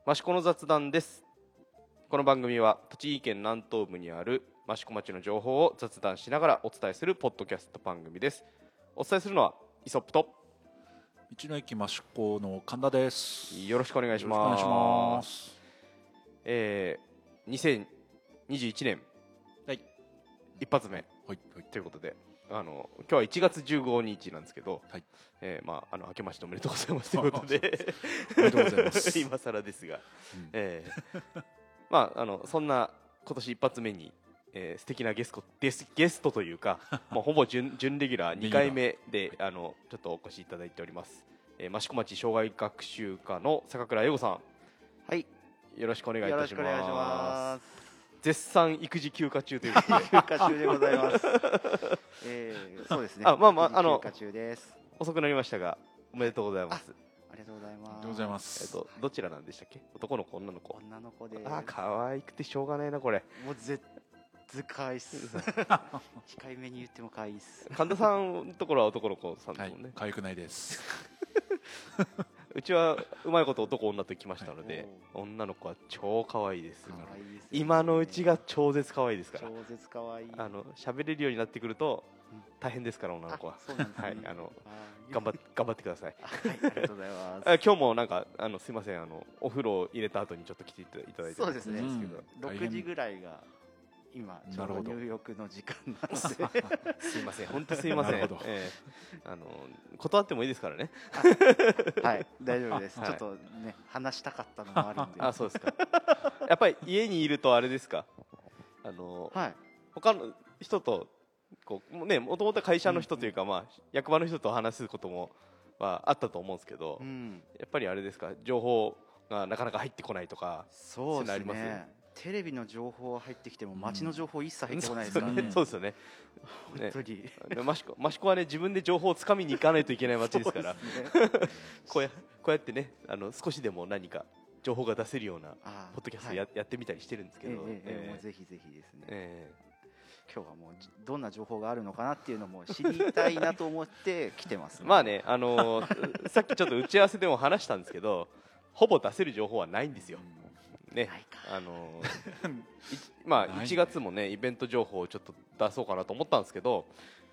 益子の雑談です。この番組は栃木県南東部にある益子町の情報を雑談しながらお伝えするポッドキャスト番組です。お伝えするのはイソップと道の駅益子の神田です。 よろしくお願いします。 よろしくお願いします。 2021年、 はい、 一発目、 はい、 ということで今日は1月15日なんですけど、 はい、 明けましておめでとうございますということでおめでとうございます今更ですが、そんな今年一発目に、素敵なゲストというかもうほぼ準レギュラー2回目でちょっとお越しいただいております。益子町障害学習課の坂倉英吾さん、 はい、 よろしくお願いいたします。 よろしくお願いします。 絶賛育児休暇中ということで休暇中でございます。そうですね。休暇中です。 遅くなりましたがおめでとうございます。 ありがとうございます。 ありがとうございます。 どちらなんでしたっけ？男の子女の子？ 女の子で。 可愛くてしょうがないなこれ。 もう可愛いっす。控えめに言っても可愛いっす。 神田さんのところは男の子さんですもんね。 可愛くないです。 うちはうまいこと男女と来ましたので、女の子は超可愛いです。今のうちが超絶可愛いですから。 超絶可愛い。 喋れるようになってくると大変ですから女の子は。 そうなんですね。 はい、頑張ってください。 はい、ありがとうございます。 今日もなんかすいませんお風呂入れた後にちょっと来ていただいて。 そうですね。 ですけど、 6時ぐらいが今ちょうど入浴の時間なのですいません、本当すいません。断ってもいいですからね。 はい、大丈夫です。ちょっとね話したかったのもあるんで。 あ、そうですか。やっぱり家にいるとあれですか。他の人とこうね、もともと会社の人というか、役場の人と話すこともあったと思うんですけど、やっぱりあれですか、情報がなかなか入ってこないとか。 そうですね。テレビの情報は入ってきても街の情報一切入ってこないですからね。 そうですよね。 本当に。 益子はね、自分で情報をつかみに行かないといけない街ですから。こうやってね、少しでも何か情報が出せるようなポッドキャストやってみたりしてるんですけど、 もうぜひぜひですね。今日はもうどんな情報があるのかなっていうのも知りたいなと思って来てます。 まあね、さっきちょっと打ち合わせでも話したんですけど、ほぼ出せる情報はないんですよ。ね、1月もねイベント情報をちょっと出そうかなと思ったんですけど、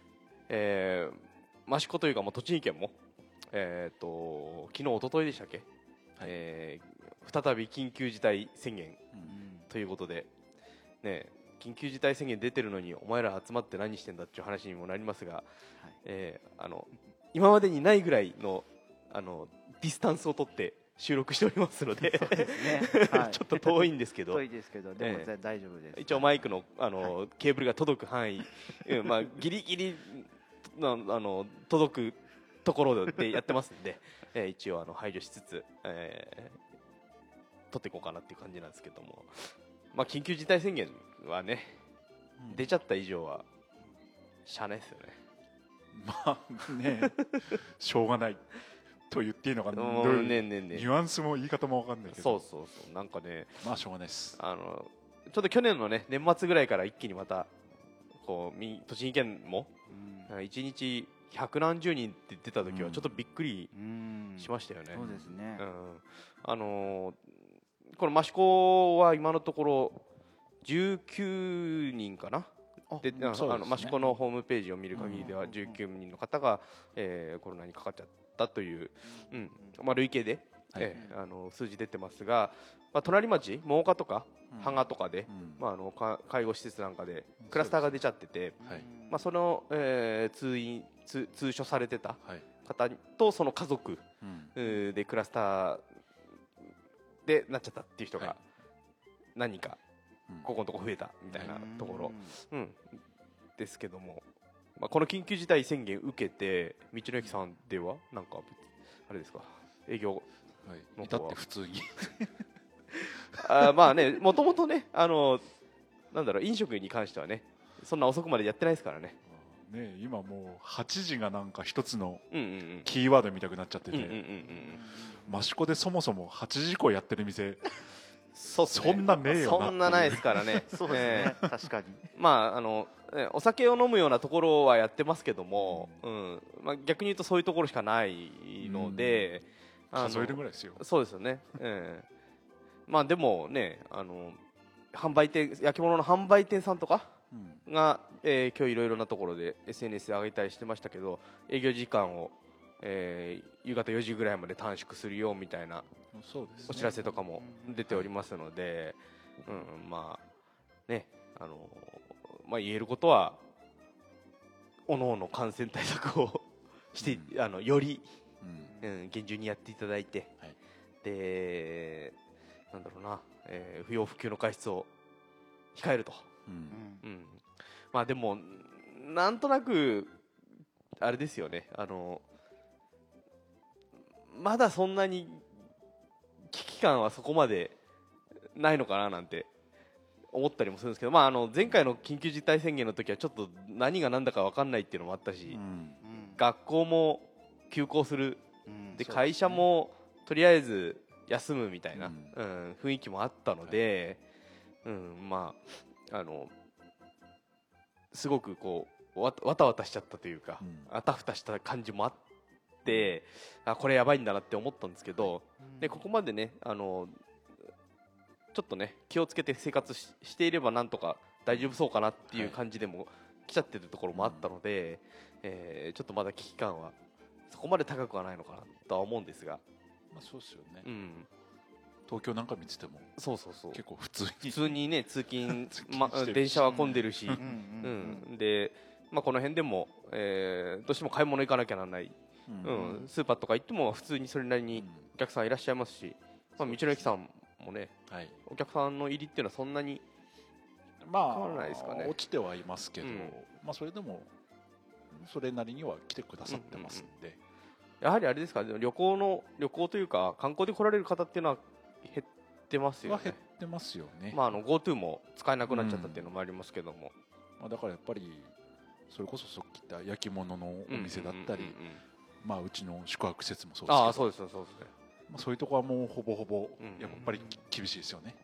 益子というかもう栃木県も昨日一昨日でしたっけ、再び緊急事態宣言ということで、ね、緊急事態宣言出てるのにお前ら集まって何してんだっていう話にもなりますが、今までにないぐらいのディスタンスを取って収録しておりますのでちょっと遠いんですけど、 遠いですけどでも大丈夫です。 一応マイクのケーブルが届く範囲ギリギリ届くところでやってますんで一応配慮しつつ撮っていこうかなっていう感じなんですけども、緊急事態宣言はね、出ちゃった以上はしゃあないですよね。 まあねしょうがないと言っていいのかな、ニュアンスも言い方も分かんないけど、 そうなんかね、 まあしょうがないです。 ちょっと去年のね年末ぐらいから一気にまたこう栃木県も1日百何十人って出た時はちょっとびっくりしましたよね。 そうですね。 この益子は今のところ19人かな。で益子のホームページを見る限りでは19人の方がコロナにかかっちゃったという、累計で数字出てますが、隣町真岡とか芳賀とかで介護施設なんかでクラスターが出ちゃってて、その通所されてた方とその家族でクラスターでなっちゃったっていう人が何人かここのとこ増えたみたいなところですけども、この緊急事態宣言受けて道の駅さんではなんかあれですか、営業の至って普通にもともとねなんだろう、飲食に関してはねそんな遅くまでやってないですからね。 今もう8時がなんか一つのキーワードみたくなっちゃってて、益子でそもそも8時以降やってる店そんなねえよな、 そんなないですからね。 そうですね、確かに。 お酒を飲むようなところはやってますけども、逆に言うとそういうところしかないので、 数えるぐらいですよ。 そうですよね。 まあでもね焼き物の販売店さんとかが、今日いろいろなところで SNS で上げたりしてましたけど、営業時間を、夕方4時ぐらいまで短縮するよみたいなお知らせとかも出ておりますので、まあねまあ言えることは各々感染対策をしてより厳重にやっていただいて、でなんだろうな、不要不急の外出を控えると、まあでもなんとなくあれですよね、まだそんなに危機感はそこまでないのかななんて思ったりもするんですけど、まあ前回の緊急事態宣言の時はちょっと何が何だか分かんないっていうのもあったし、学校も休校する、で会社もとりあえず休むみたいな、雰囲気もあったので、まあすごくこうわたわたしちゃったというか、あたふたした感じもあって、これやばいんだなって思ったんですけど、でここまでねちょっとね気をつけて生活していればなんとか大丈夫そうかなっていう感じでも来ちゃってるところもあったので、ちょっとまだ危機感はそこまで高くはないのかなとは思うんですが、 まあそうですよね、東京なんか見ててもそう結構普通にね通勤電車は混んでるし、で、まあ、この辺でも、どうしても買い物行かなきゃならない、スーパーとか行っても普通にそれなりにお客さんいらっしゃいますし、まあ、道の駅さんもね、お客さんの入りっていうのはそんなに変わらないですかね。 落ちてはいますけど、まあ、それでもそれなりには来てくださってますんで、 やはりあれですか、旅行というか観光で来られる方っていうのは減ってますよね。 減ってますよね。 まあGoTo も使えなくなっちゃったっていうのもありますけども、 まあ、だからやっぱりそれこそさっき言った焼き物のお店だったり、まあうちの宿泊施設もそうですけど、 そうですね、 まあ、そういうところはもうほぼほぼやっぱり厳しいですよね。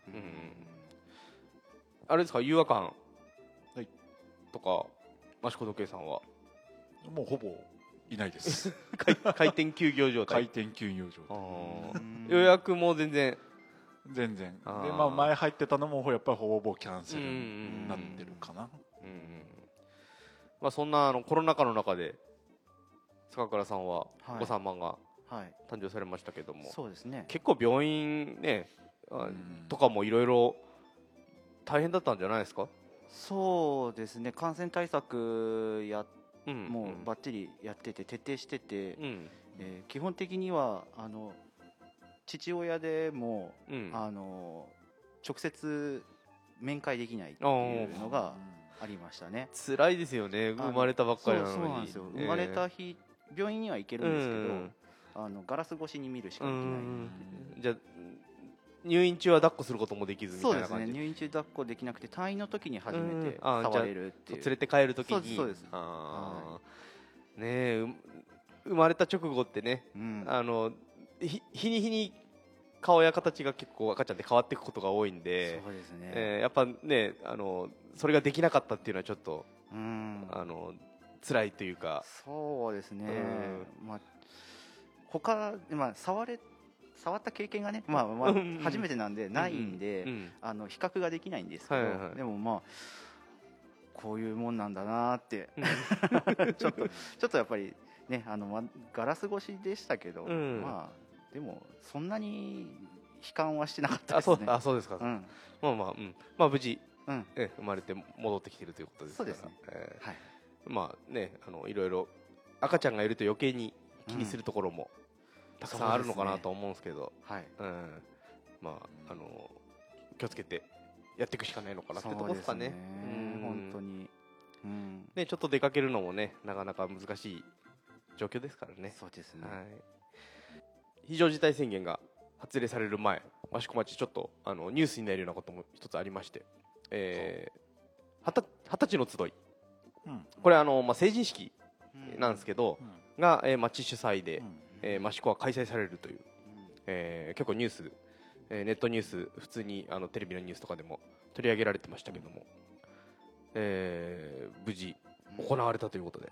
あれですか、遊和館とか益子時計さんはもうほぼいないです開店休業状態。 開店休業状態。 予約も全然で、まあ、前入ってたのもやっぱりほぼキャンセルになってるかな。 まあ、そんなコロナ禍の中で坂倉さんはお子様が誕生されましたけども、 そうですね、 結構病院ねとかもいろいろ大変だったんじゃないですか。 そうですね、感染対策もうバッチリやってて徹底してて、基本的には父親でも、直接面会できないっていうのがありましたね。 辛いですよね、生まれたばっかりなのに。 そうなんですよ、生まれた日病院には行けるんですけど、ガラス越しに見るしかできない。 じゃあ入院中は抱っこすることもできずみたいな感じ。 そうですね、入院中抱っこできなくて退院の時に初めて触れるっていう。 連れて帰る時に。 そうです。 ね、生まれた直後ってね、日に日に顔や形が結構赤ちゃんって変わっていくことが多いんで、 そうですね、 やっぱねそれができなかったっていうのはちょっと辛いというか。 そうですね、まあ触った経験がね、初めてなんでないんで、比較ができないんですけど、でもまあこういうもんなんだなってちょっとやっぱりねガラス越しでしたけど、まあでもそんなに悲観はしてなかったですね。 そうですか。まあ無事生まれて戻ってきてるということですから。そうですね。まあねいろいろ赤ちゃんがいると余計に気にするところもたくさんあるのかなと思うんですけど、まあ気をつけてやっていくしかないのかなってとこですかね。 本当に。 ね、ちょっと出かけるのもねなかなか難しい状況ですからね。 そうですね。 非常事態宣言が発令される前、益子町ちょっとニュースになるようなことも一つありまして、20歳の集い、これ成人式なんですけど、が町主催で益子は開催されるという、結構ニュース、ネットニュース普通にテレビのニュースとかでも取り上げられてましたけども、無事行われたということで、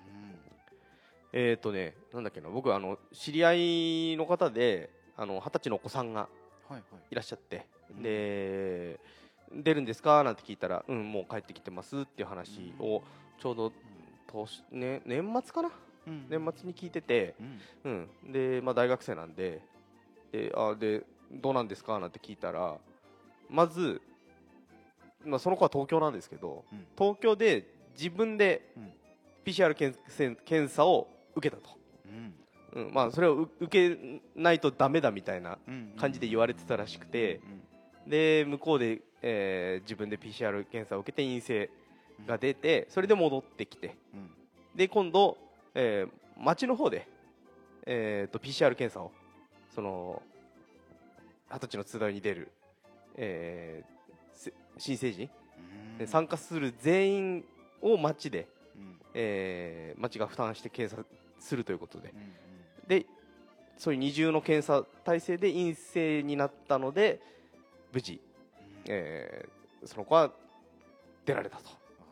なんだっけな、僕知り合いの方で20歳のお子さんがいらっしゃって、で出るんですかなんて聞いたら、もう帰ってきてますっていう話をちょうど年末かな、年末に聞いてて、で、大学生なんで、でどうなんですかなんて聞いたら、まず、その子は東京なんですけど、東京で自分で PCR 検査を受けたと、それを受けないとダメだみたいな感じで言われてたらしくて、で向こうで、自分で PCR 検査を受けて陰性が出て、それで戻ってきて、で今度、町の方で、PCR 検査をその20歳の集いに出る、新成人参加する全員を町で、町が負担して検査するということで、でそういう二重の検査体制で陰性になったので無事、その子は出られたと。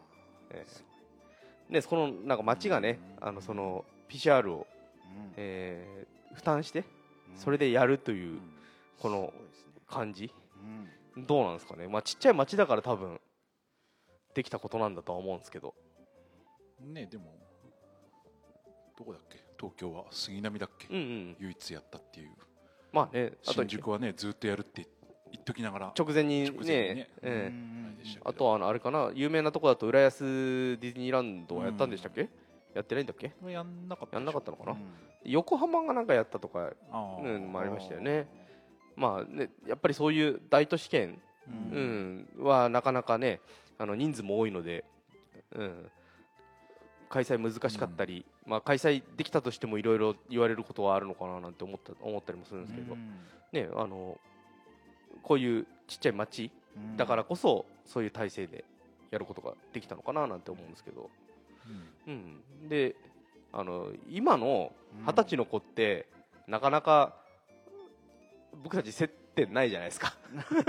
でそのなんか町がね、その PCR を、負担してそれでやるというこの感じ、どうなんですかね。ちっちゃい町だから多分できたことなんだとは思うんですけどね。でもどこだっけ、東京は杉並だっけ、唯一やったっていう。新宿はねずっとやるって言っときながら直前にね、あとはあれかな、有名なとこだと浦安ディズニーランドはやったんでしたっけ、やってないんだっけ、 やんなかったのかな、横浜がなんかやったとかもありましたよね。やっぱりそういう大都市圏、はなかなかね人数も多いので、開催難しかったり、開催できたとしてもいろいろ言われることはあるのかななんて思ったりもするんですけど、ね、こういうちっちゃい町だからこそそういう体制でやることができたのかななんて思うんですけど、で今の20歳の子ってなかなか僕たち接点ないじゃないですか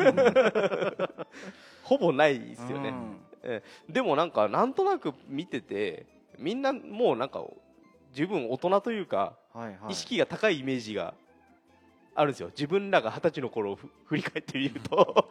ほぼないですよね、でもなんとなく見ててみんなもうなんか十分大人というか、意識が高いイメージがあるんですよ。自分らが20歳の頃を振り返ってみると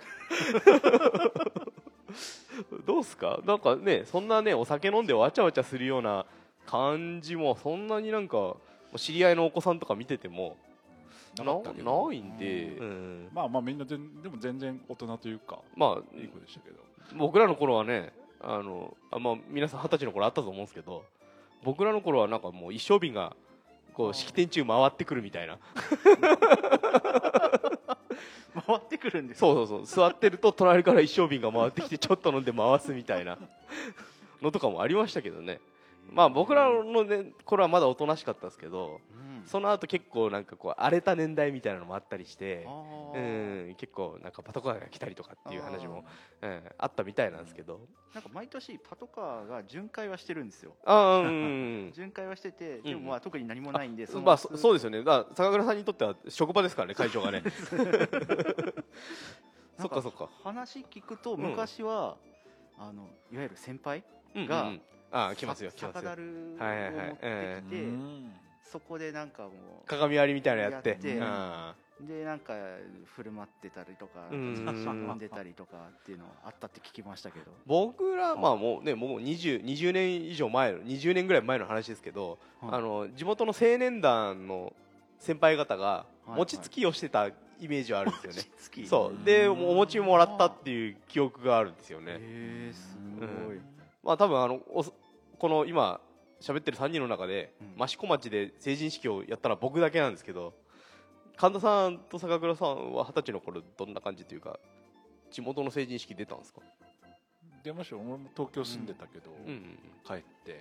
どうすか、なんかね、そんなねお酒飲んでわちゃわちゃするような感じもそんなになんか知り合いのお子さんとか見ててもないんで、 みんなでも全然大人というかいい子でしたけど、 僕らの頃はね皆さん20歳の頃あったと思うんですけど、僕らの頃はなんかもう一升瓶がこう式典中回ってくるみたいな回ってくるんですか。そう座ってると隣から一升瓶が回ってきてちょっと飲んで回すみたいなのとかもありましたけどね。僕らの、頃はまだおとなしかったですけど、その後結構なんかこう荒れた年代みたいなのもあったりして、結構なんかパトカーが来たりとかっていう話もあったみたいなんですけど、 なんか毎年パトカーが巡回はしてるんですよ。巡回はしてて、でも特に何もないんで、 そうですよね。坂倉さんにとっては職場ですからね、会場がねそっか話聞くと昔は、いわゆる先輩が来ますよ酒樽を持ってきて、そこでなんかもう鏡割りみたいなのやってでなんか振る舞ってたりとか飲んでたりとかっていうのあったって聞きましたけど、 僕らもうねもう20年以上前の20年ぐらい前の話ですけど、地元の青年団の先輩方が餅つきをしてたイメージはあるんですよね。そうでお餅もらったっていう記憶があるんですよね。 すごい。 多分この今喋ってる3人の中で、益子町で成人式をやったら僕だけなんですけど、神田さんと坂倉さんは20歳の頃どんな感じというか、地元の成人式出たんですか？ 出ましたよ。俺も東京住んでたけど、帰って、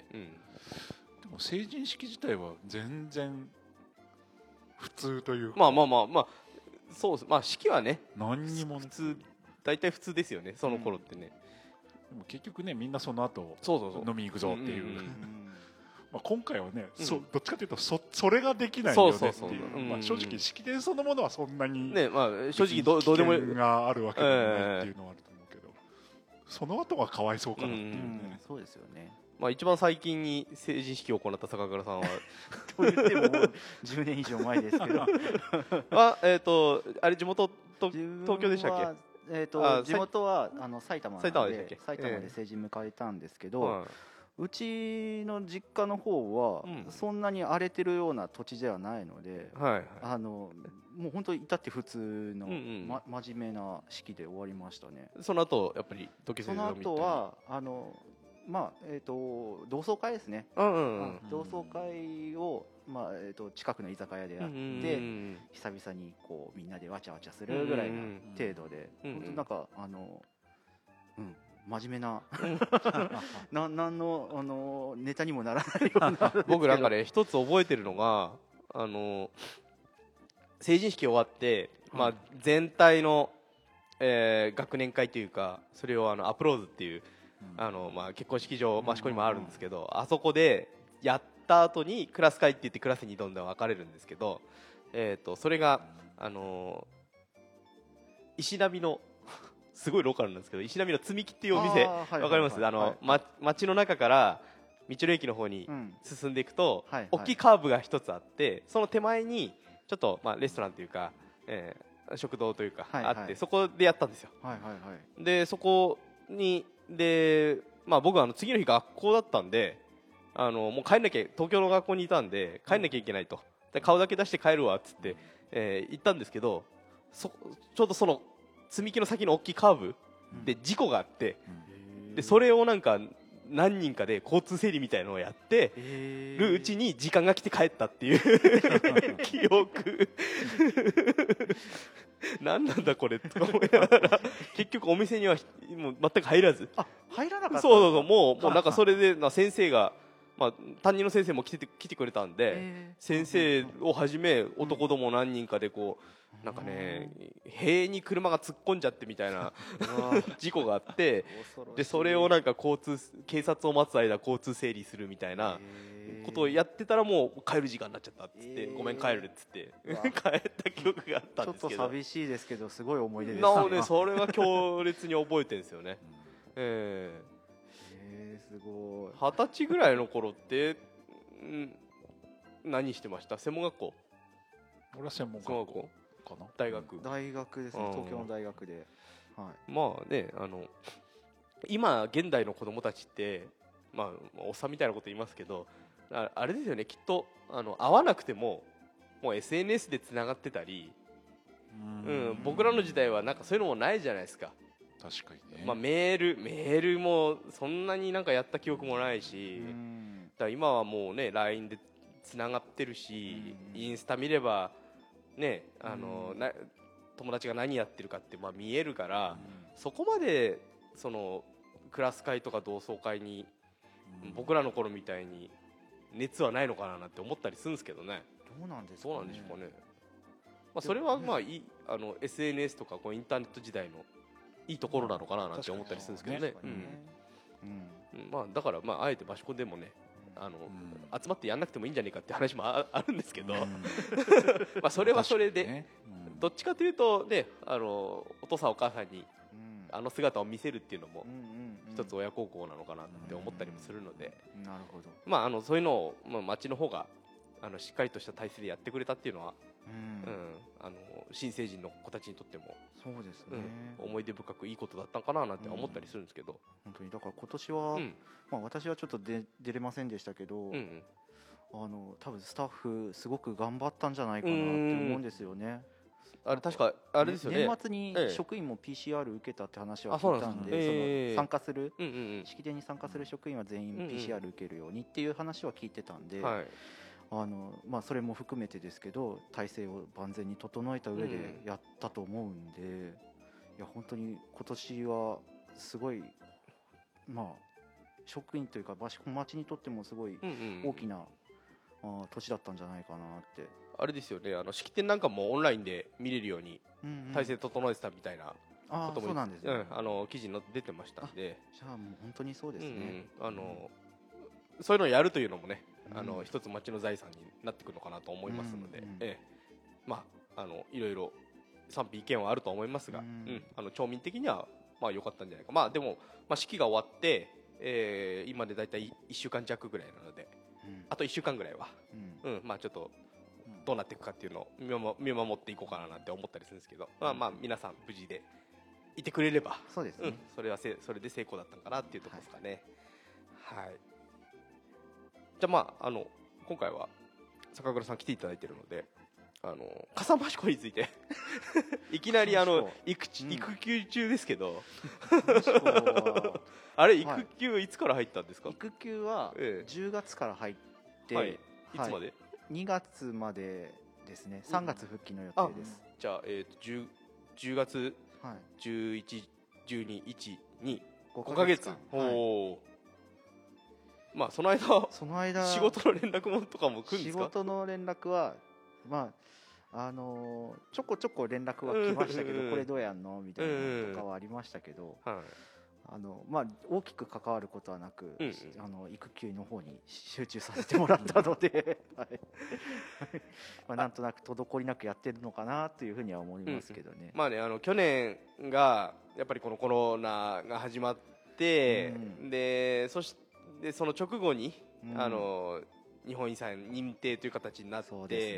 でも成人式自体は全然普通というか、 そうです。式はね何にも普通、大体普通ですよね、その頃ってね。 でも結局ねみんなその後飲みに行くぞっていう今回はね、どっちかというとそれができないよねっていう、正直式典そのものはそんなにね、正直どうでもいいがあるわけでもないっていうのはあると思うけど、その後がかわいそうかなっていうね。 そうですよね。 一番最近に成人式を行った坂倉さんはと言ってももう10年以上前ですけどあれ地元東京でしたっけ？ 地元は埼玉なので埼玉で成人迎えたんですけど、うちの実家の方はそんなに荒れてるような土地ではないので、もう本当に至って普通の、真面目な式で終わりましたね。 その後やっぱり同級生のその後は同窓会ですね。同窓会を、近くの居酒屋でやって、久々にこうみんなでわちゃわちゃするぐらいの程度で、本当なんか真面目な何のネタにもならないような僕なんかね一つ覚えてるのが成人式終わって、全体の、学年会というかそれをアプローズっていう結婚式場益子にもあるんですけど、あそこでやった後にクラス会って言ってクラスにどんどん分かれるんですけど、それが石波のすごいローカルなんですけど、石波の積み木っていうお店分かります？街の中から道の駅の方に進んでいくと、大きいカーブが一つあって、その手前にちょっとレストランというか、食堂というかあって、そこでやったんですよ。でそこに僕は次の日学校だったんで、もう帰んなきゃ、東京の学校にいたんで帰んなきゃいけないと、で顔だけ出して帰るわっつって、行ったんですけど、ちょうどその積み木の先の大きいカーブで事故があって、でそれをなんか何人かで交通整理みたいなのをやってるうちに時間が来て帰ったっていう記憶何なんだこれと思いながら結局お店にはもう全く入らず、 入らなかった。 そうもうなんかそれで先生が、担任の先生も来てくれたんで、先生をはじめ男ども何人かでこうなんかね、塀に車が突っ込んじゃってみたいな事故があって、でそれをなんか警察を待つ間交通整理するみたいなことをやってたら、もう帰る時間になっちゃったっつって、ごめん帰るっつって帰った記憶があったんですけど、 ちょっと寂しいですけどすごい思い出ですね。それは強烈に覚えてるんですよね。 すごい。 20歳ぐらいの頃って何してました？専門学校？ 俺は専門学校かな。 大学ですね。東京の大学で、 今現代の子供たちっておっさんみたいなこと言いますけど、あれですよね、きっと会わなくてももう SNS でつながってたり、僕らの時代はなんかそういうのもないじゃないですか。 確かにね。メールもそんなになんかやった記憶もないし、だから今はもうね LINE でつながってるし、インスタ見ればね、友達が何やってるかって見えるから、そこまでそのクラス会とか同窓会に僕らの頃みたいに熱はないのかななんて思ったりするんですけどね。 どうなんですかね。 そうなんでしょうかね。それはSNS とかインターネット時代のいいところなのかななんて思ったりするんですけどね。だからあえて益子でもね、集まってやんなくてもいいんじゃないかって話もあるんですけどそれはそれで、どっちかというとね、お父さんお母さんに姿を見せるっていうのも一つ親孝行なのかなって思ったりもするので、 なるほど。そういうのを町の方がしっかりとした体制でやってくれたっていうのは、新成人の子たちにとってもそうですね、 思い出深くいいことだったのかななんて思ったりするんですけど、 本当にだから今年は、私はちょっと出れませんでしたけど、多分スタッフすごく頑張ったんじゃないかなって思うんですよね。 確かあれですよね、 年末に職員も PCR 受けたって話は聞いたんで、参加する、式典に参加する職員は全員 PCR 受けるようにっていう話は聞いてたんで、それも含めてですけど体制を万全に整えた上でやったと思うんで、いや本当に今年はすごい、職員というか益子町にとってもすごい大きな年だったんじゃないかなって。 あれですよね、式典なんかもオンラインで見れるように体制整えてたみたいなことも、 そうなんですね、 記事に出てましたんで、 じゃあもう本当にそうですね、 そういうのをやるというのもね、一つ町の財産になってくるのかなと思いますので、いろいろ賛否意見はあると思いますが、町民的には良かったんじゃないか。でも、式が終わって、今でだいたい1週間弱ぐらいなので、あと1週間ぐらいは、ちょっとどうなっていくかっていうのを見守っていこうかななんて思ったりするんですけど、まあ皆さん無事でいてくれれば、 そうですね、 それで成功だったのかなっていうところですかね。はい、じゃあ今回は坂倉さん来ていただいているので、笠間彦についていきなり育休中ですけどあれ育休いつから入ったんですか？ 育休は10月から入って、 はい、いつまで ？2月までですね。3月復帰の予定です。 じゃあ、10月、11、12、1、2、5ヶ月。まあその間仕事の連絡もとかも来るんですか？ 仕事の連絡はちょこちょこ連絡は来ましたけど、これどうやんのみたいなのとかはありましたけど、大きく関わることはなく、育休の方に集中させてもらったのでなんとなく滞りなくやってるのかなというふうには思いますけどね。 去年がやっぱりこのコロナが始まって、でその直後に、日本遺産認定という形になって、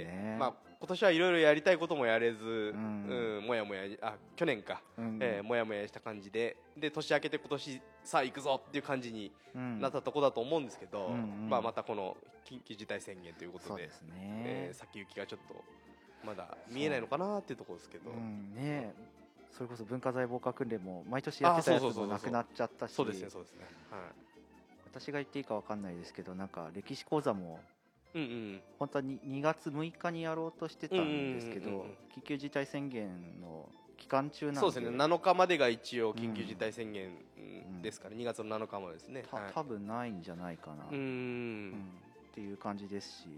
今年はいろいろやりたいこともやれず、もやもや去年か、もやもやした感じで年明けて今年さあ行くぞっていう感じになったところだと思うんですけど、またこの緊急事態宣言ということで、先行きがちょっとまだ見えないのかなっていうところですけど、 それこそ文化財防火訓練も毎年やってたやつもなくなっちゃったし、 そうですね、 私が言っていいか分かんないですけど、なんか歴史講座も本当は2月6日にやろうとしてたんですけど、緊急事態宣言の期間中なんで、 そうですね、7日までが一応緊急事態宣言ですから、2月の7日までですね。 多分ないんじゃないかなっていう感じですし、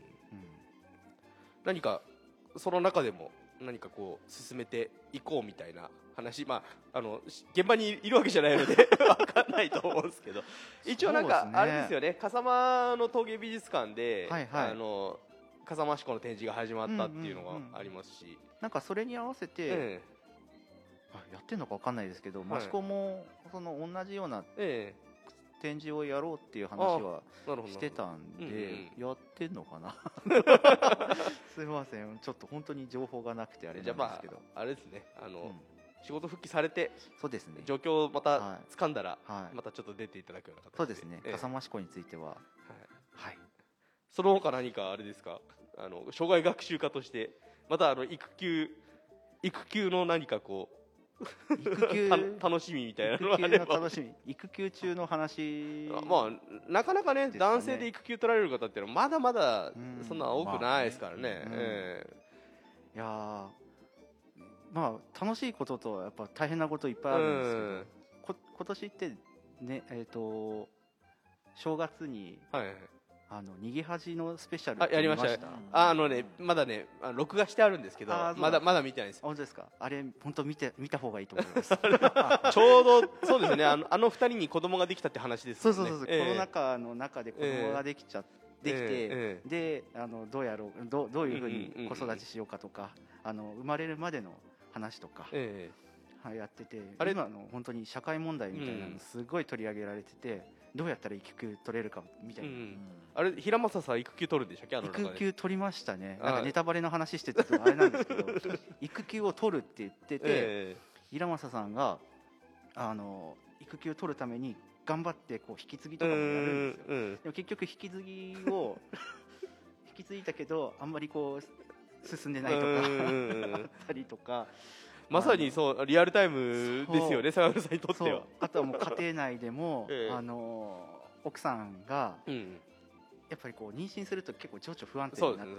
何かその中でも何かこう進めていこうみたいな話、現場にいるわけじゃないので分かんないと思うんですけど、一応なんかあれですよね、笠間の陶芸美術館で、笠間志功の展示が始まったっていうのがありますし、 なんかそれに合わせて、やってんのか分かんないですけど、益子もその同じような展示をやろうっていう話はしてたんで、やってんのかなすいません、ちょっと本当に情報がなくてあれなんですけど、 あれですね、仕事復帰されて、 そうですね、 状況をまた掴んだら、またちょっと出ていただくような形で、 そうですね、笠間志功については、 その他何かあれですか、障害学習家としてまた育休の何かこう育休楽しみみたいなのはあれば、 育休中の話、 なかなかね、男性で育休取られる方っていうのはまだまだそんな多くないですからね。 いや楽しいこととやっぱ大変なこといっぱいあるんですけど、今年ってね、正月に逃げ恥のスペシャルやりました。まだね録画してあるんですけど、まだ見てないです。 本当ですか？あれ本当見た方がいいと思いますちょうどそうですね、2人に子供ができたって話ですよね。 そうコロナ禍の中で子供ができて、でどういうふうに子育てしようかとか、生まれるまでの話とかやってて、今の本当に社会問題みたいなのすごい取り上げられてて、どうやったら育休取れるかみたいな、 あれ平正さん育休取るんでしたっけ？ 育休取りましたね。なんかネタバレの話してたとあれなんですけど育休を取るって言ってて、平正さんが育休取るために頑張ってこう引き継ぎとかもやるんですよ。でも結局引き継ぎを引き継いだけどあんまりこう進んでないとかあったりとか、 まさにそうリアルタイムですよね、坂村さんにとっては。 あとはもう家庭内でも奥さんがやっぱりこう妊娠すると結構情緒不安定になって、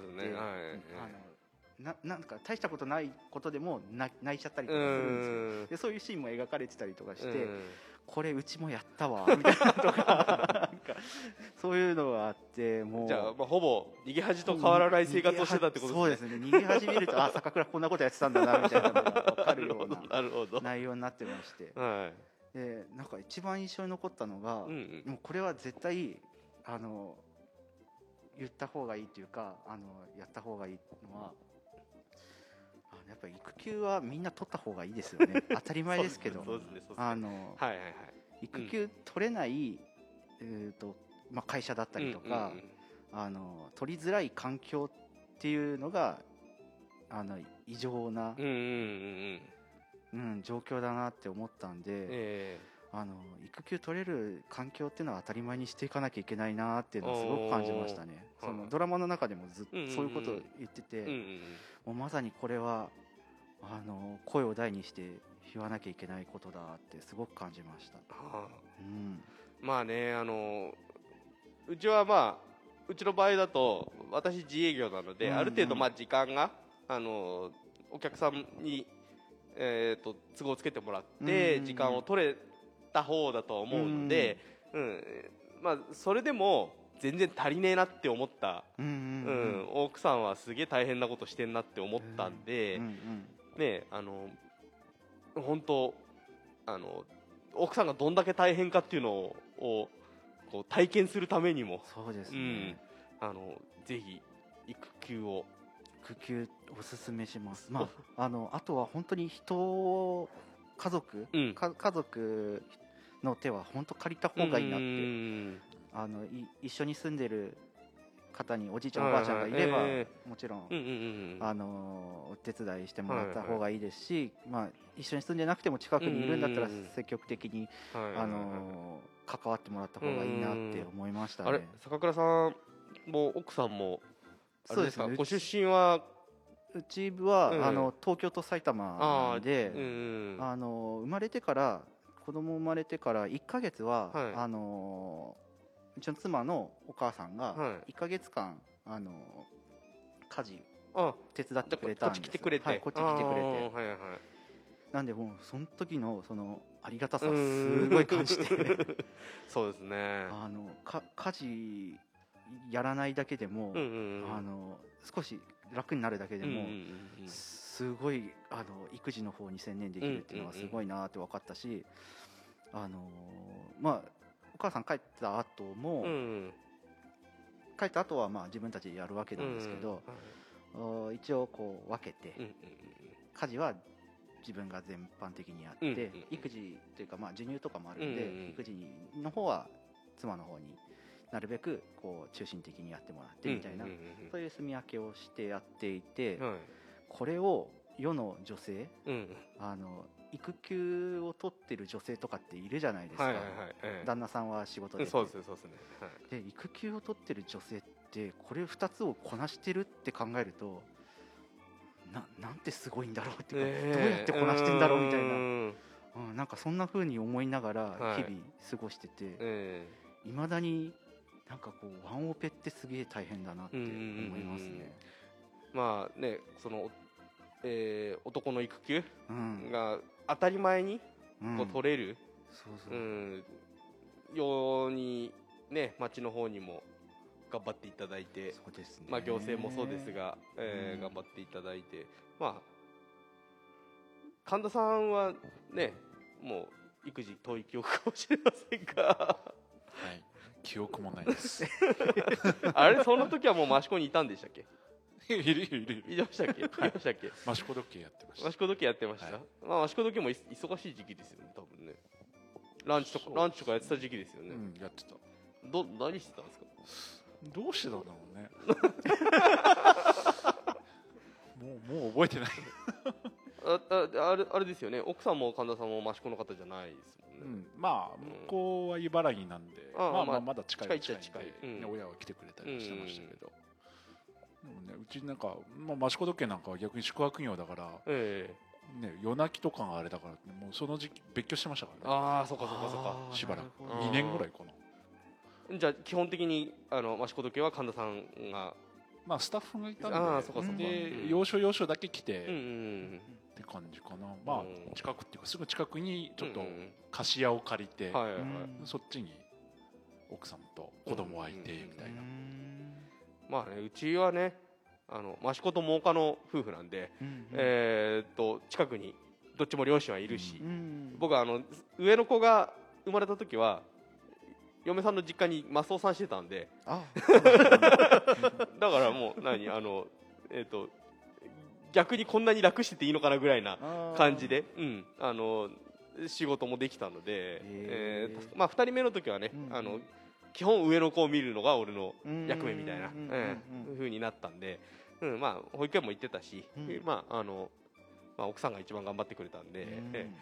なんか大したことないことでも泣いちゃったりとかするんですよ。でそういうシーンも描かれてたりとかして、これうちもやったわみたいなとかそういうのがあって、もうじゃあほぼ逃げ恥と変わらない生活をしてたってことですね。 そうですね、逃げ恥見ると坂倉こんなことやってたんだなみたいなのが分かるような内容になってまして、でなんか一番印象に残ったのが、もうこれは絶対言った方がいいというかやった方がいいのは、やっぱり育休はみんな取った方がいいですよね。当たり前ですけど、育休取れない会社だったりとか、取りづらい環境っていうのが異常な、状況だなって思ったんで、育休取れる環境っていうのは当たり前にしていかなきゃいけないなっていうのはすごく感じましたね。そのドラマの中でもずっとそういうことを言ってて、もうまさにこれは声を大にして言わなきゃいけないことだってすごく感じました。 まあね、うちはまあうちの場合だと私自営業なので、ある程度まあ時間がお客さんに都合をつけてもらって時間を取れた方だと思うので、まあそれでも全然足りねえなって思った、奥さんはすげえ大変なことしてんなって思ったんで、ね、本当奥さんがどんだけ大変かっていうのをこう体験するためにも、 そうですね、 ぜひ育休おすすめします。まああとは本当に家族の手は本当借りた方がいいなって、一緒に住んでる方におじいちゃんおばあちゃんがいれば、もちろん、お手伝いしてもらった方がいいですし、まあ、一緒に住んでなくても近くにいるんだったら積極的に関わってもらった方がいいなって思いましたね。 あれ、坂倉さんも奥さんもあれですか、そうですね、ご出身はうちは、東京と埼玉なんで、生まれてから子供生まれてから1ヶ月は、うちの妻のお母さんが1ヶ月間家事手伝ってくれたんです。 こっち来てくれて、 こっち来てくれて、なんでもうその時のそのありがたさすごい感じてそうですね、 家事やらないだけでも、少し楽になるだけでも、すごい育児の方に専念できるっていうのはすごいなって分かったし、まあお母さん帰った後も、帰った後はまあ自分たちでやるわけなんですけど、一応こう分けて、家事は自分が全般的にやって、育児というかまあ授乳とかもあるんで、育児の方は妻の方になるべくこう中心的にやってもらってみたいな、そういう住み分けをしてやっていて、これを世の女性、育休を取ってる女性とかっているじゃないですか。旦那さんは仕事で、 そうですね、 で育休を取ってる女性ってこれ2つをこなしてるって考えると、なんてすごいんだろうっていうか、どうやってこなしてんだろうみたいな、なんかそんな風に思いながら日々過ごしてて、いまだになんかこうワンオペってすげえ大変だなって思いますね。 まあね、その男の育休が当たり前にこう取れるようにね、町の方にも頑張っていただいて、 そうですね、 まあ行政もそうですが、頑張っていただいて、まあ神田さんはね、もう育児遠い記憶かもしれませんが、 はい、記憶もないですあれ、その時はもう益子にいたんでしたっけ？ いましたっけ？ 益子時計やってました。 益子時計やってました。まあ益子時計も忙しい時期ですよね、多分ね。ランチとかやってた時期ですよね。 やってた。 何してたんですか？ どうしてたんだろうね。もう覚えてないあれですよね、奥さんも神田さんも益子の方じゃないですもんね。 まあ向こうは茨城なんで、まだ近いんで、親は来てくれたりしてましたけど、でもね、うちなんか益子時計なんかは逆に宿泊業だから、夜泣きとかがあれだから、もうその時期別居してましたからね。 そうかしばらく2年ぐらいかな。じゃあ基本的に益子時計は神田さんが、 まあスタッフがいたんで、要所だけ来てって感じかな。まあ近くっていうかすぐ近くにちょっと貸し屋を借りて、そっちに奥さんと子供がいてみたいな。 まあね、うちはね、益子と真岡の夫婦なんで、近くにどっちも両親はいるし、僕は上の子が生まれた時は嫁さんの実家にマスオさんしてたんで、だからもう逆にこんなに楽してていいのかなぐらいな感じで、仕事もできたので、まあ2人目の時はね、基本上の子を見るのが俺の役目みたいな風になったんで、 まあ、保育園も行ってたし、まあ奥さんが一番頑張ってくれたんで、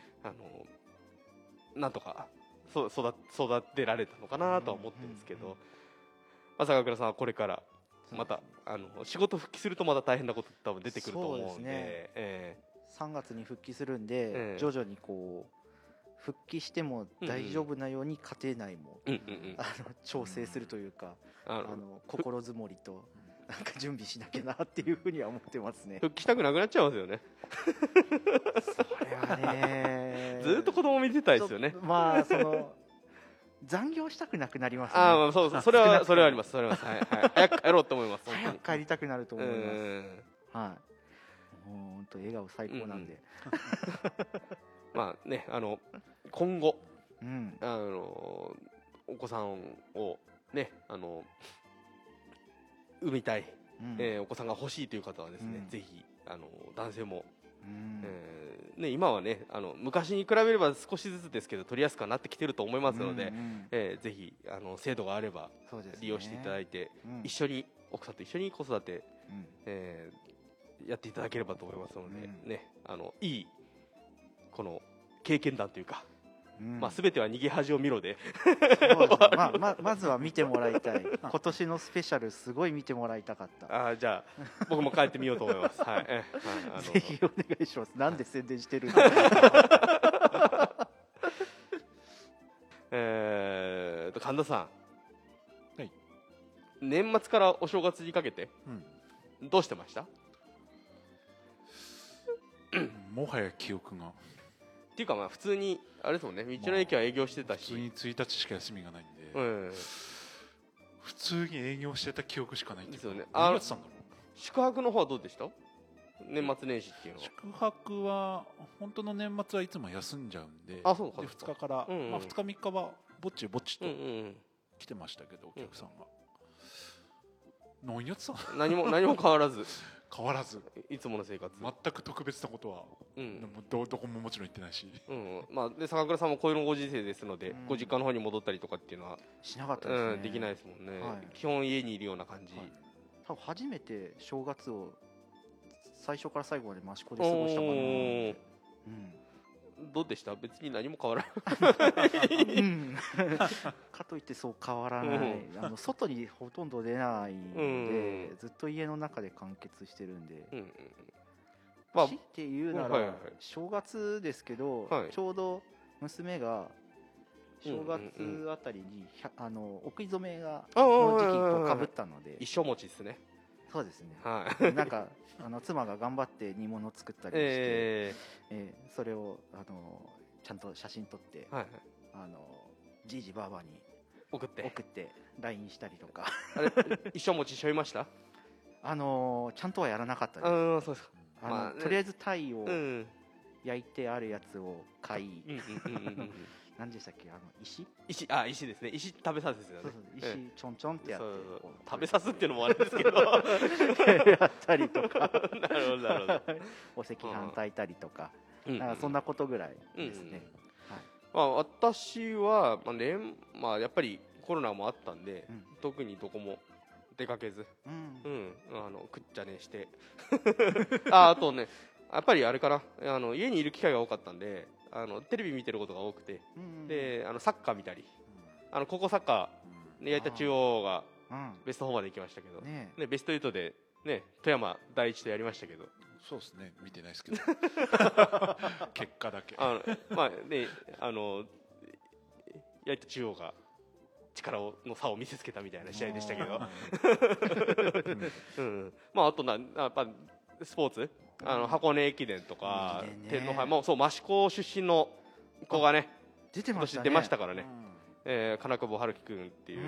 なんとか育てられたのかなとは思ってるんですけど、坂倉さんはこれからまた仕事復帰するとまた大変なこと多分出てくると思うんで、 3月に復帰するんで、徐々にこう復帰しても大丈夫なように家庭内も調整するというか、心づもりとなんか準備しなきゃなっていうふうには思ってますね。 復帰したくなくなっちゃいますよね。 それはねずっと子供見てたいですよね。 まあ残業したくなくなりますね。 そうそれはあります。はいはい。早く帰ろうと思います。 早く帰りたくなると思います。はい。もう本当笑顔最高なんで。 まあね、今後、お子さんをね、産みたい、お子さんが欲しいという方はですね、ぜひ男性も、ね、今はね昔に比べれば少しずつですけど取りやすくはなってきてると思いますので、ぜひ制度があれば利用していただいて、一緒に奥さんと一緒に子育て、やっていただければと思いますので、ね、いいこの経験談というか、まあ、全ては逃げ恥を見ろでまずは見てもらいたい。今年のスペシャルすごい見てもらいたかった。 じゃあ僕も帰ってみようと思います。はい、 ぜひお願いします。なんで宣伝してるんですか。 神田さん、 はい、 年末からお正月にかけて、どうしてました？ もはや記憶がっていうか、まあ普通にあれですもんね、道の駅は営業してたし、 普通に1日しか休みがないんで、普通に営業してた記憶しかないんですよね。何やってたんだろう。 宿泊の方はどうでした？年末年始っていうのは。 宿泊は本当の年末はいつも休んじゃうんで、 そうか。 で2日から、まあ2日3日はぼちぼちと来てましたけど、お客さんが何やってたの？ 何も変わらずいつもの生活、 全く特別なことは、どこももちろん行ってないし、 まあ、で坂倉さんもこういうのご時世ですので、ご実家の方に戻ったりとかっていうのはしなかったですね。 できないですもんね。基本家にいるような感じ。 多分初めて正月を最初から最後まで益子で過ごしたかな。 どうでした？別に何も変わらないかといってそう変わらない。外にほとんど出ないんで、ずっと家の中で完結してるんで、強いて言うなら正月ですけど、ちょうど娘が正月あたりにお食い初めがの時期とかぶったので、 一生餅ですね。 そうですね。なんか妻が頑張って煮物作ったりして、それをちゃんと写真撮って、じいじばあばに送って LINE したりとか。 あれ一生餅しょいました？ ちゃんとはやらなかったです。 そうですか。 とりあえず鯛を焼いてあるやつを買い、何でしたっけ、 石ですね。石食べさすですよね。 石ちょんちょんってやって食べさすっていうのもあれですけどやったりとかなるほどお赤飯炊いたりとか、そんなことぐらいですね。 私はやっぱりコロナもあったんで、特にどこも出かけず、くっちゃねしてあとね、やっぱりあれかな、家にいる機会が多かったんで、テレビ見てることが多くて、でサッカー見たり、高校サッカーで矢板中央がベスト4まで行きましたけど、ベスト8でね富山第一とやりましたけど、 そうですね、見てないですけど結果だけまあね、矢板中央が力の差を見せつけたみたいな試合でしたけどまああとやっぱスポーツ、箱根駅伝とか天皇杯もそう、益子出身の子がね今年出ましたからね、金久保春樹君っていう、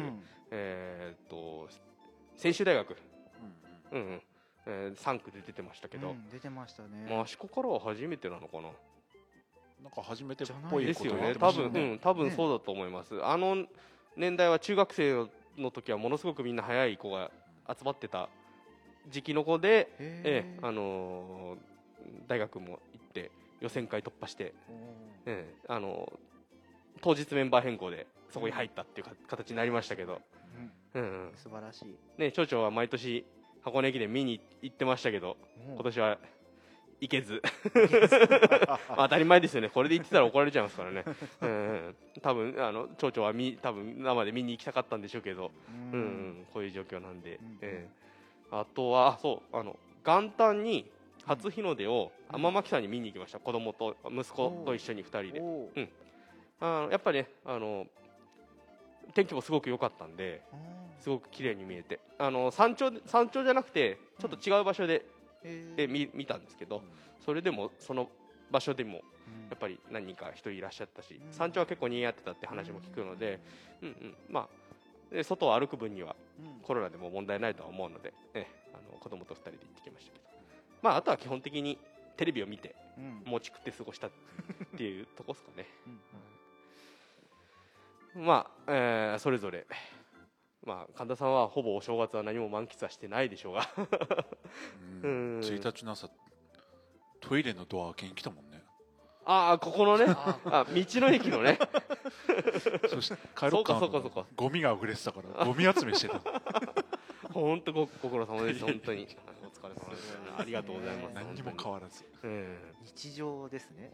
専修大学、3区で出てましたけど、 出てましたね。 益子からは初めてなのかな。 なんか初めてっぽいことですよね。多分そうだと思います。年代は中学生の時はものすごくみんな早い子が集まってた時期の子で、大学も行って予選会突破して、当日メンバー変更でそこに入ったっていう形になりましたけど、 素晴らしいね。町長は毎年箱根駅伝見に行ってましたけど、今年は行けず当たり前ですよね、これで行ってたら怒られちゃいますからね多分町長は多分生で見に行きたかったんでしょうけど、こういう状況なんで、あとはそう元旦に初日の出を天巻さんに見に行きました。子供と息子と一緒に2人で、やっぱりね天気もすごく良かったんですごく綺麗に見えて、山頂じゃなくてちょっと違う場所で、見たんですけど、それでもその場所でもやっぱり何人か人いらっしゃったし、山頂は結構賑わってたって話も聞くので、まあ外を歩く分にはコロナでも問題ないとは思うので、子供と2人で行ってきましたけど、まああとは基本的にテレビを見て餅食って過ごしたっていうとこですかね。まあ、それぞれ、まあ、神田さんはほぼお正月は何も満喫はしてないでしょうが 1日の朝トイレのドア開けに来たもんね。 ここのね道の駅のねそして帰ろうかなとゴミがあふれてたからゴミ集めしてた本当ご苦労様です本当にお疲れ様です。ありがとうございます。 何にも変わらず、 日常ですね。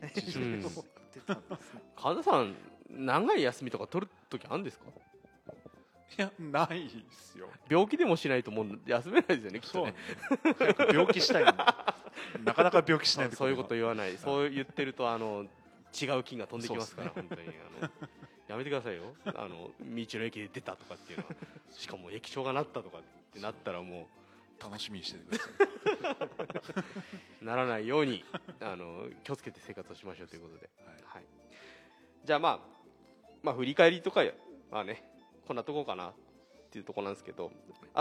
神田さん長い休みとか取るときあるんですか？ いやないですよ。 病気でもしないともう休めないですよねきっとね。 病気したいのなかなか病気しない。 そういうこと言わない。そう言ってると違う菌が飛んできますから本当にやめてくださいよ。道の駅で出たとかっていうのはしかも液晶がなったとかってなったらもう楽しみにしててくださいならないように気をつけて生活をしましょうということで、じゃあまあ振り返りとかはねこんなとこかなっていうとこなんですけど、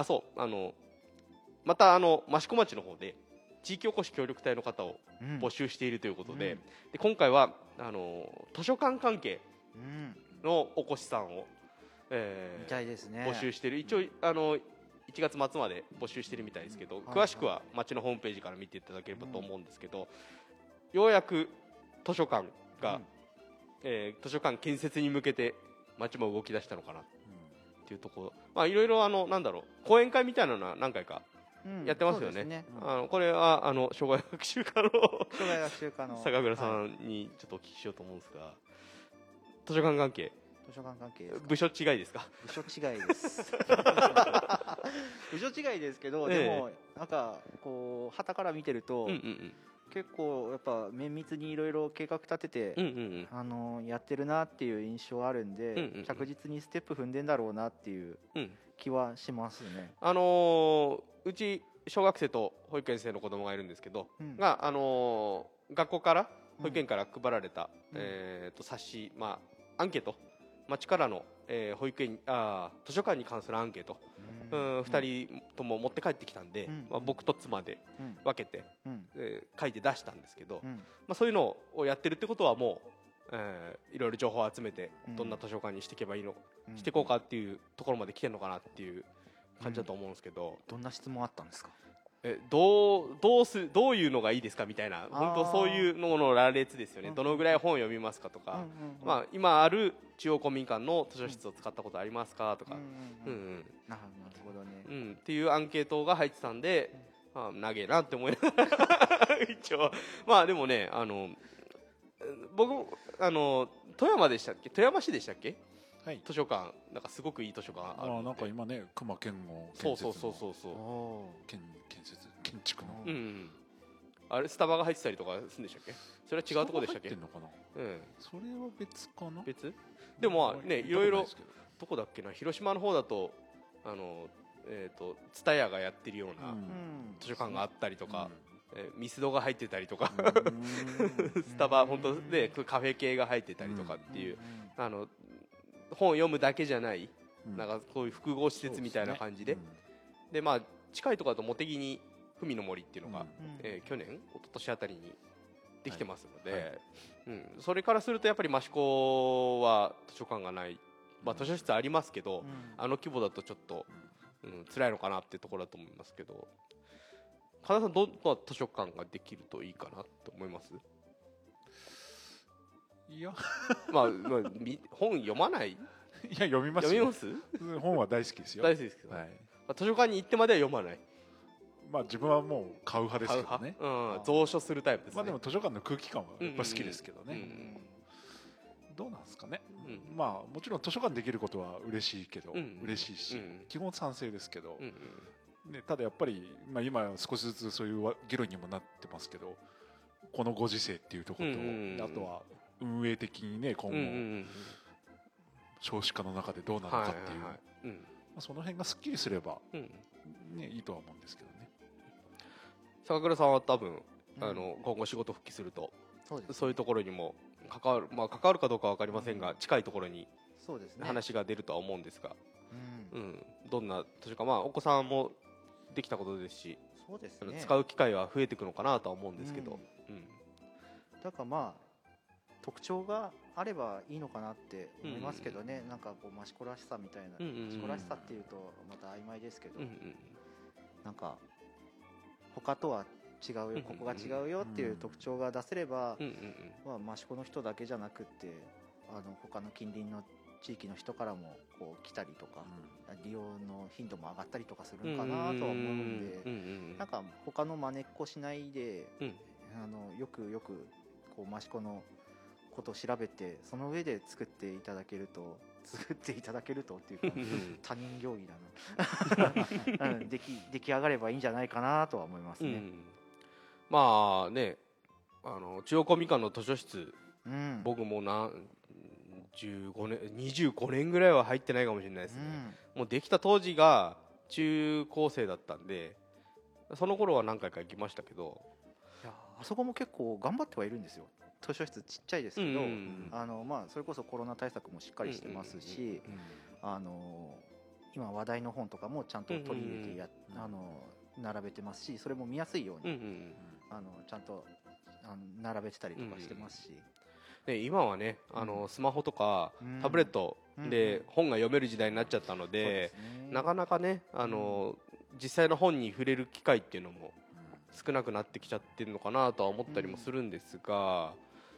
また益子町の方で地域おこし協力隊の方を募集しているということで、で今回は図書館関係のおこしさんを、 みたいですね、 募集している。一応1月末まで募集してるみたいですけど、詳しくは町のホームページから見ていただければと思うんですけど、ようやく図書館が、図書館建設に向けて町も動き出したのかなっていうところ、まあいろいろなんだろう講演会みたいなのは何回かやってますよね。これは障害学習科の坂倉さんにちょっとお聞きしようと思うんですが、図書館関係部署違いですか？ 部署違いです部署違いですけど、でもなんかこう旗から見てると、結構やっぱ綿密にいろいろ計画立てて、やってるなっていう印象あるんで、着実にステップ踏んでんだろうなっていう気はしますね。 うち小学生と保育園生の子供がいるんですけど、が学校から保育園から配られた、冊子、アンケート、町からの、保育園図書館に関するアンケート、2人とも持って帰ってきたんで、僕と妻で分けて、書いて出したんですけど、そういうのをやってるってことはもう、いろいろ情報を集めてどんな図書館にしていけばいいの、していこうかっていうところまで来てるのかなっていう感じだと思うんですけど、 どんな質問あったんですか？ どういうのがいいですかみたいな、本当そういうのの羅列ですよね。どのぐらい本を読みますかとか、今ある中央公民館の図書室を使ったことありますかとか、 なるほどね、 っていうアンケートが入ってたんで、長えなって思いながら一応でもね僕富山市でしたっけ、図書館なんかすごくいい図書館ある。 なんか今ね隈研吾建築の、 あれスタバが入ってたりとかするんでしたっけ？それは違うところでしたっけ？ それは別かな。 別でもねいろいろどこだっけな、広島の方だと蔦屋がやってるような図書館があったりとか、ミスドが入ってたりとかスタバ本当でカフェ系が入ってたりとかっていう、本を読むだけじゃない、なんかこういう複合施設みたいな感じで、で近いところだと茂木に文の森っていうのが、去年一昨年あたりにできてますので、それからするとやっぱり益子は図書館がない、図書室ありますけど、規模だとちょっと、辛いのかなっていうところだと思いますけど、神田さんどんな図書館ができるといいかなと思います？ いや本読まない？いや読みますよ。 読みます？ 本は大好きですよ。 大好きですけど、図書館に行ってまでは読まない。 まあ自分はもう買う派ですけどね、 蔵書するタイプですね。 まあでも図書館の空気感はやっぱ好きですけどね、どうなんですかね、まあもちろん図書館できることは嬉しいけど、嬉しいし、基本賛成ですけど、ね、ただやっぱり、まあ、今少しずつそういう議論にもなってますけど、このご時世っていうところと、あとは運営的にね今後、少子化の中でどうなるかっていう、その辺がすっきりすれば、ね、いいとは思うんですけどね。 坂倉さんは多分今後仕事復帰するとそういうところにも関わる、まあ、関わるかどうかは分かりませんが、近いところに話が出るとは思うんですが、どんな図書館、まあ、お子さんもできたことですし、 そうですね、 使う機会は増えていくのかなとは思うんですけど、 だからまあ特徴があればいいのかなって思いますけどね、なんかこう益子らしさみたいな、益子らしさっていうとまた曖昧ですけど、なんか他とは違うよ、ここが違うよっていう特徴が出せれば、まあ、益子の人だけじゃなくって他の近隣の地域の人からもこう来たりとか、利用の頻度も上がったりとかするのかなとは思うんで、なんか他の真似っこしないで、よくこう益子のことを調べて、その上で作っていただけるとっていうか他人行儀だな出来上がればいいんじゃないかなとは思いますね。 まあね、中央公民館の図書室、僕も15年25年ぐらいは入ってないかもしれないですね、もうできた当時が中高生だったんで、その頃は何回か行きましたけど、 いやあそこも結構頑張ってはいるんですよ。図書室ちっちゃいですけど、まあ、それこそコロナ対策もしっかりしてますし、今話題の本とかもちゃんと取り入れて並べてますし、それも見やすいように、ちゃんと並べてたりとかしてますし、 今はねスマホとかタブレットで本が読める時代になっちゃったので、なかなかね実際の本に触れる機会っていうのも少なくなってきちゃってるのかなとは思ったりもするんですが、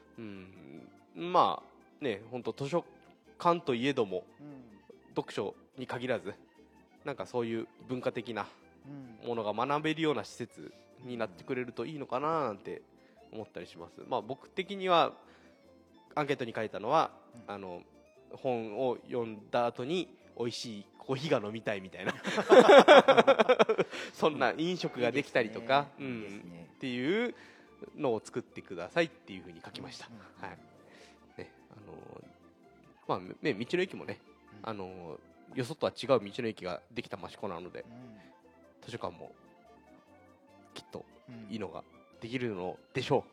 まあね、本当図書館といえども、読書に限らずなんかそういう文化的なものが学べるような施設になってくれるといいのかななんて思ったりします。まあ、僕的にはアンケートに書いたのは、本を読んだ後に美味しいコーヒーが飲みたいみたいなそんな飲食ができたりとかっていうのを作ってくださいっていうふうに書きました。はいね、まあね、道の駅もね、よそとは違う道の駅ができた益子なので、図書館もきっといいのができるのでしょ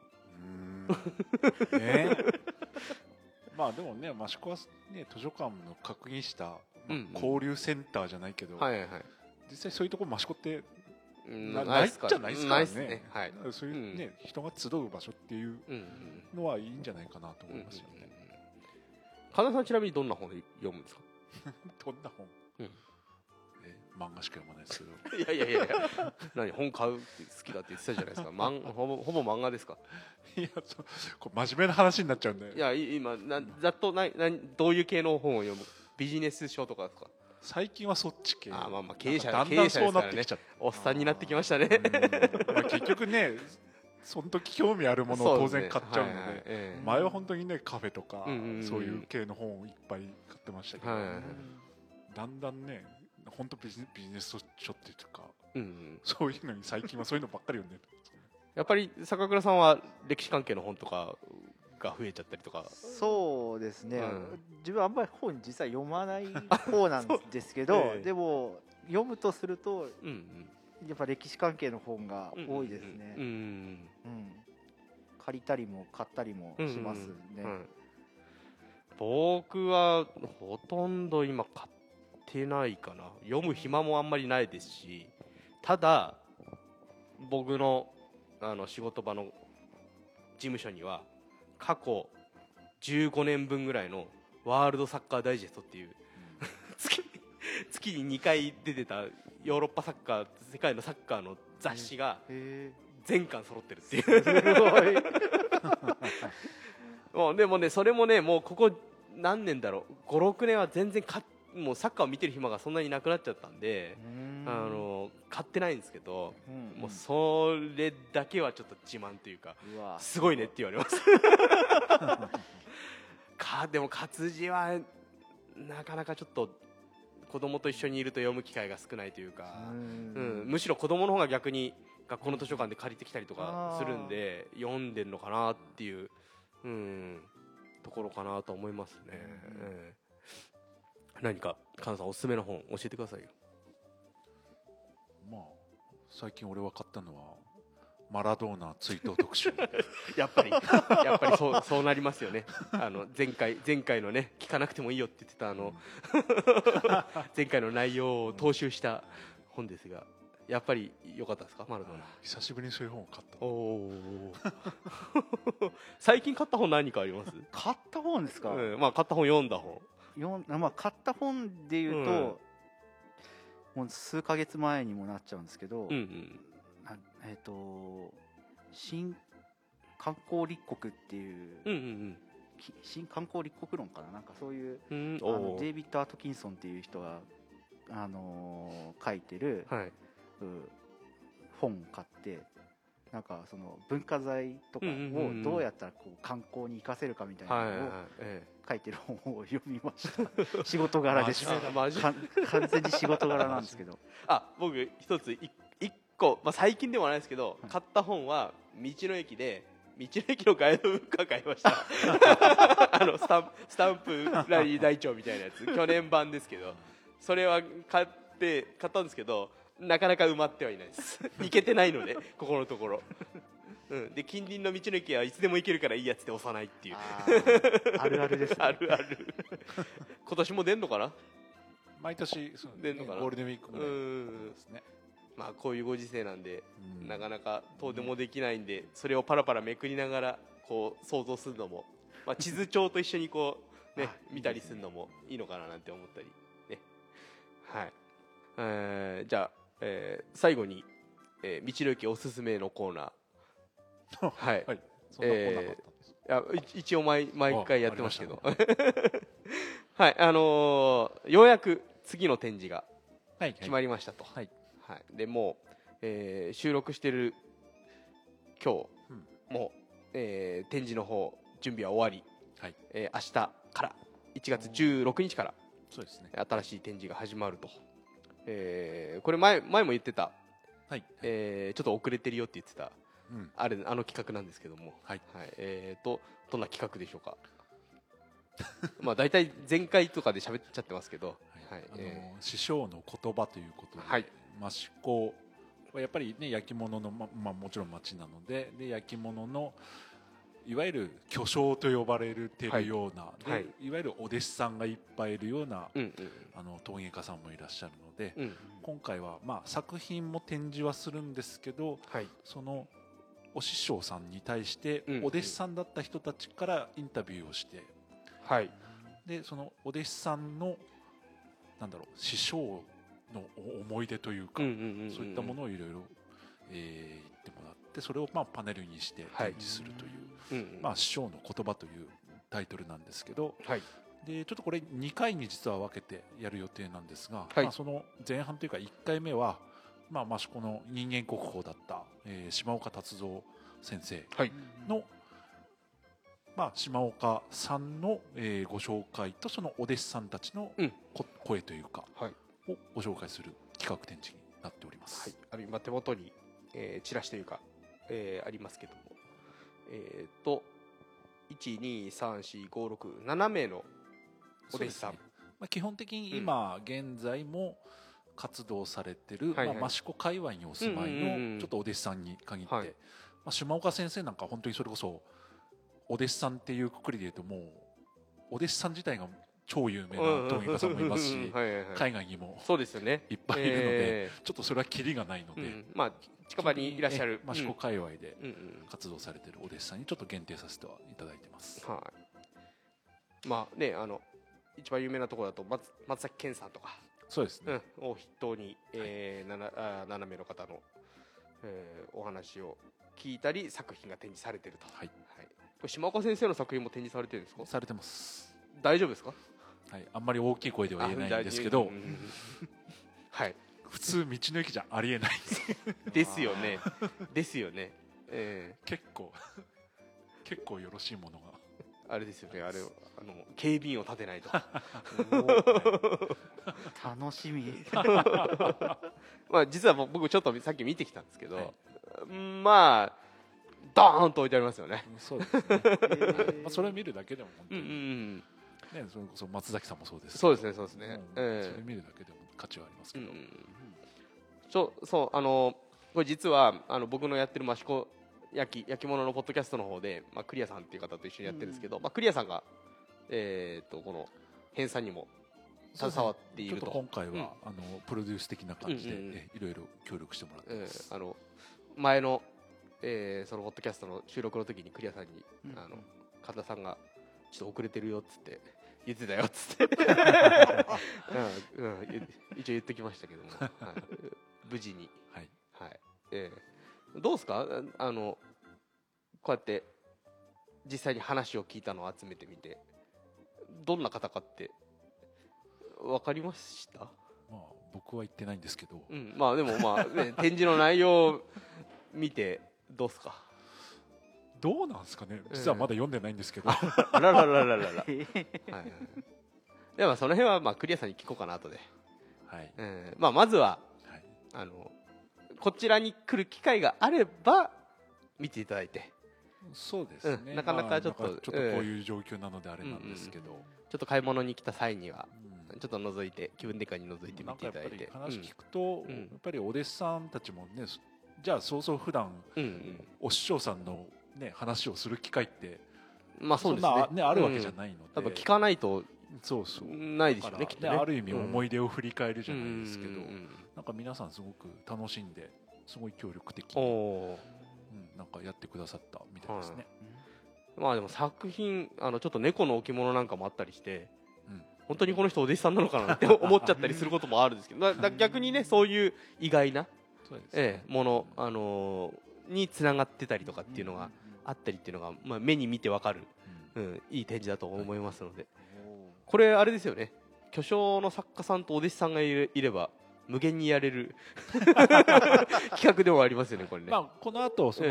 う。まあでもね、益子はね図書館の確認した、交流センターじゃないけど、実際そういうところ益子ってないじゃないですかね。そういうね、人が集う場所っていうのはいいんじゃないかなと思いますよね。 神田さん、ちなみにどんな本読むんですか？ どんな本？漫画しか読まないですけど。いや何、本買うって好きだって言ってたじゃないですか。ほぼ漫画ですか？ いや、これ真面目な話になっちゃうんで。 いや、今ざっとどういう系の本を読む？ビジネス書とかですか？ 最近はそっち系。 まあ経営者だんだんそうなってきちゃって、 おっさんになってきましたね。 結局ね、その時興味あるものを当然買っちゃうので、前は本当にねカフェとかそういう系の本をいっぱい買ってましたけど、だんだんね本当ビジネス書っていうか、そういうのに最近はそういうのばっかり読んでる。 やっぱり坂倉さんは歴史関係の本とかが増えちゃったりとか。 そうですね、自分はあんまり本実は読まない方なんですけど、でも読むとすると、やっぱ歴史関係の本が多いですね。借りたりも買ったりもしますね。 僕はほとんど今買ってないかな。読む暇もあんまりないですし、ただ僕の仕事場の事務所には過去15年分ぐらいのワールドサッカーダイジェストっていう月に2回出てたヨーロッパサッカー、世界のサッカーの雑誌が全巻揃ってるっていう。すごいもうでもね、それもね、もうここ何年だろう、5、6年は全然もうサッカーを見てる暇がそんなになくなっちゃったんで、 買ってないんですけど、もうそれだけはちょっと自慢というか、すごいねって言われますでも活字はなかなかちょっと子供と一緒にいると読む機会が少ないというか、むしろ子供の方が逆に学校の図書館で借りてきたりとかするんで読んでんのかなっていう、ところかなと思いますね。何かカナさんおすすめの本教えてくださいよ。 まあ最近俺は買ったのはマラドーナ追悼特集やっぱりそうなりますよね。前回のね、聞かなくてもいいよって言ってた前回の内容を踏襲した本ですが、やっぱり良かったですか、マラドーナ。 久しぶりにそういう本を買った。 最近買った本何かあります？ 買った本ですか？ まあ買った本、読んだ本。 まあ買った本でいうと、もう数ヶ月前にもなっちゃうんですけど、新観光立国っていう、新観光立国論かな、なんかそういう、デイビッド・アトキンソンっていう人が書いてる、本を買って、なんかその文化財とかをどうやったらこう観光に生かせるかみたいなのを書いてる本を読みました仕事柄でしょ。完全に仕事柄なんですけど僕一個、最近でもないですけど、買った本は道の駅のガイドブックは買いましたスタンプラリー台帳みたいなやつ去年版ですけど、それは買ったんですけど、なかなか埋まってはいないです行けてないのでここのところで近隣の道の駅はいつでも行けるからいいやつで押さないっていうあるあるですね。 あるある今年も出んのかな。 毎年出んのかな、 ゴールデンウィークぐらいですね。 こういうご時世なんで、なかなか遠出もできないんで、それをパラパラめくりながらこう想像するのも、地図帳と一緒にこうね見たりするのもいいのかななんて思ったりね。はい、じゃあ、最後に、道の駅おすすめのコーナーはい、 そんなコーナーがあったんです。 一応毎回やってますけどはい、ようやく次の展示が決まりましたと。でもう、収録してる今日もう、展示の方準備は終わり、明日から1月16日からそうですね、 新しい展示が始まると。これ前も言ってた、ちょっと遅れてるよって言ってた、あの企画なんですけども、どんな企画でしょうか。大体前回とかで喋っちゃってますけど、 師匠の言葉ということで、益子はやっぱりね焼き物の、もちろん町なので、焼き物のいわゆる巨匠と呼ばれてるような、いわゆるお弟子さんがいっぱいいるような、陶芸家さんもいらっしゃるので、今回は作品も展示はするんですけど、そのお師匠さんに対してお弟子さんだった人たちからインタビューをして、でそのお弟子さんの師匠の思い出というか、そういったものをいろいろ言ってもらって、それをパネルにして展示するという、師匠の言葉というタイトルなんですけど、でちょっとこれ2回に実は分けてやる予定なんですが、その前半というか1回目は、益子の人間国宝だった、島岡達三先生の、島岡さんの、ご紹介とそのお弟子さんたちの、声というか、をご紹介する企画展示になっております。 今手元に、チラシというか、ありますけども、1234567名のお弟子さん、 基本的に今、現在も活動されてる、益子界隈にお住まいのちょっとお弟子さんに限って、島岡先生なんか本当にそれこそお弟子さんっていうくくりでいうと、もうお弟子さん自体が超有名な陶芸家さんもいますし、海外にもいっぱいいるので、ちょっとそれはキリがないので、 近場にいらっしゃる益子界隈で活動されてるお弟子さんにちょっと限定させてはいただいてます。 一番有名なところだと松崎健さんとか、 そうですね、 を筆頭に、7名の方の、お話を聞いたり作品が展示されていると。これ島岡先生の作品も展示されてるんですか？ されてます。 大丈夫ですか？ あんまり大きい声では言えないんですけど、 普通道の駅じゃありえないですよねですよね、 結構よろしいものがあれですよね。あれ警備員を立てないと楽しみまあ実は僕ちょっとさっき見てきたんですけど、はい、まあドーンと置いてありますよね。 そうですねまあそれを見るだけでも本当に、ね、それこそ松崎さんもそうですけど、 そうですねそうですね、 それ見るだけでも価値はありますけど、 そうこれ実は僕のやってる益子焼き物のポッドキャストの方で、まあ、クリアさんっていう方と一緒にやってるんですけど、まあ、クリアさんが、この編纂にも携わっていると。 ちょっと今回は、プロデュース的な感じで、いろいろ協力してもらってます。 前の、そのポッドキャストの収録の時にクリアさんに、神田さんがちょっと遅れてるよっつって言ってたよっつって一応言ってきましたけども、はい、無事に、はいはい、どうですかこうやって実際に話を聞いたのを集めてみてどんな方かって分かりました？ まあ僕は言ってないんですけど、 まあでもまあ、ね、展示の内容を見てどうですか？ どうなんですかね、実はまだ読んでないんですけど、 あらららららら、はい、でもその辺はまあクリアさんに聞こうかな後で、はいまあ、まずは、はい、こちらに来る機会があれば見ていただいて、 そうですね、 なかなかちょっと、 ちょっとこういう状況なのであれなんですけど、 ちょっと買い物に来た際には、ちょっと覗いて気分転換に覗いてみていただいて、 話聞くと、やっぱりお弟子さんたちもね、じゃあそうそう普段、お師匠さんのね、話をする機会ってまあそうですね、 あるわけじゃないので、 多分聞かないとないでしょうね、 きっとね。ある意味思い出を振り返るじゃないですけど、なんか皆さんすごく楽しんですごい協力的に、なんかやってくださったみたいですね。 まあでも作品ちょっと猫の置物なんかもあったりして、本当にこの人お弟子さんなのかなって思っちゃったりすることもあるんですけど、逆にねそういう意外なものにつながってたりとかっていうのがあったりっていうのが、まあ、目に見てわかる、いい展示だと思いますので、これあれですよね、巨匠の作家さんとお弟子さんがいれば無限にやれる企画でもありますよねこれね。 まあ、この後その